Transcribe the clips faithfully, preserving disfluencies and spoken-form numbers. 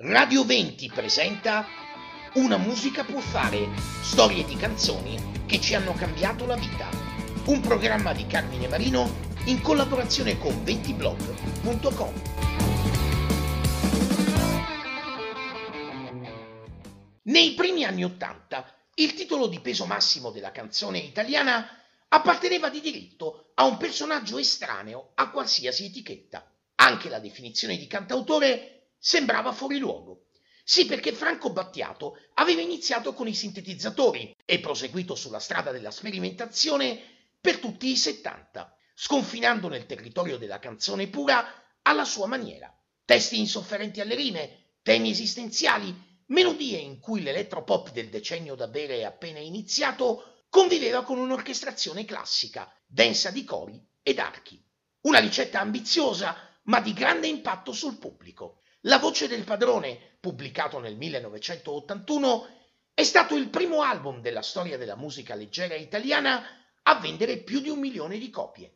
Radio venti presenta Una musica può fare, storie di canzoni che ci hanno cambiato la vita. Un programma di Carmine Marino in collaborazione con venti blog punto com. Nei primi anni Ottanta il titolo di peso massimo della canzone italiana apparteneva di diritto a un personaggio estraneo a qualsiasi etichetta. Anche la definizione di cantautore sembrava fuori luogo. Sì, perché Franco Battiato aveva iniziato con i sintetizzatori e proseguito sulla strada della sperimentazione per tutti i settanta, sconfinando nel territorio della canzone pura alla sua maniera. Testi insofferenti alle rime, temi esistenziali, melodie in cui l'elettropop del decennio da bere appena iniziato conviveva con un'orchestrazione classica, densa di cori ed archi. Una ricetta ambiziosa, ma di grande impatto sul pubblico. La voce del padrone, pubblicato nel millenovecentottantuno, è stato il primo album della storia della musica leggera italiana a vendere più di un milione di copie.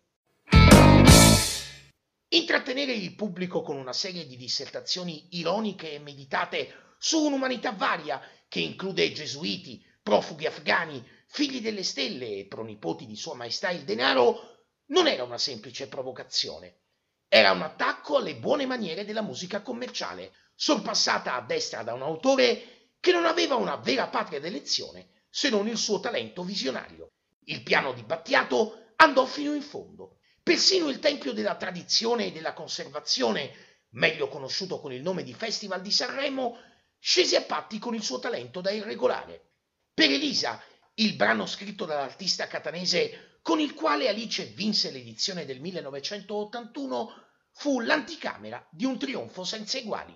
Intrattenere il pubblico con una serie di dissertazioni ironiche e meditate su un'umanità varia che include gesuiti, profughi afghani, figli delle stelle e pronipoti di Sua Maestà il Denaro non era una semplice provocazione. Era un attacco alle buone maniere della musica commerciale, sorpassata a destra da un autore che non aveva una vera patria d'elezione se non il suo talento visionario. Il piano di Battiato andò fino in fondo. Persino il Tempio della Tradizione e della Conservazione, meglio conosciuto con il nome di Festival di Sanremo, scese a patti con il suo talento da irregolare. Per Elisa, il brano scritto dall'artista catanese con il quale Alice vinse l'edizione del millenovecentottantuno, fu l'anticamera di un trionfo senza eguali.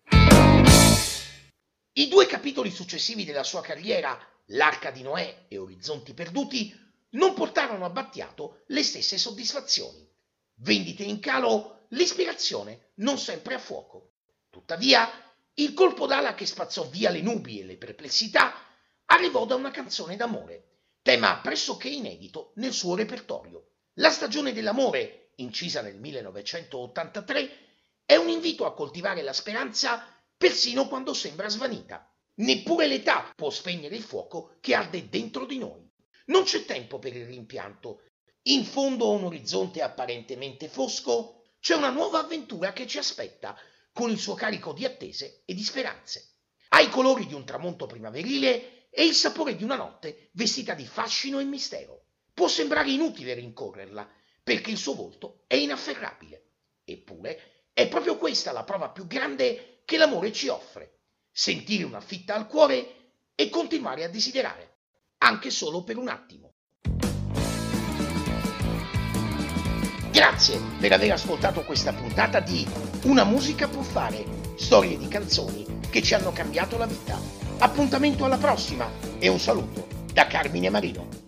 I due capitoli successivi della sua carriera, L'Arca di Noè e Orizzonti Perduti, non portarono a Battiato le stesse soddisfazioni. Vendite in calo, l'ispirazione non sempre a fuoco. Tuttavia, il colpo d'ala che spazzò via le nubi e le perplessità arrivò da una canzone d'amore, tema pressoché inedito nel suo repertorio. La stagione dell'amore, incisa nel millenovecentottantatré, è un invito a coltivare la speranza persino quando sembra svanita. Neppure l'età può spegnere il fuoco che arde dentro di noi. Non c'è tempo per il rimpianto. In fondo a un orizzonte apparentemente fosco c'è una nuova avventura che ci aspetta, con il suo carico di attese e di speranze. Ha i colori di un tramonto primaverile e il sapore di una notte vestita di fascino e mistero. Può sembrare inutile rincorrerla, perché il suo volto è inafferrabile. Eppure è proprio questa la prova più grande che l'amore ci offre: sentire una fitta al cuore e continuare a desiderare, anche solo per un attimo. Grazie per aver ascoltato questa puntata di Una musica può fare, storie di canzoni che ci hanno cambiato la vita. Appuntamento alla prossima e un saluto da Carmine Marino.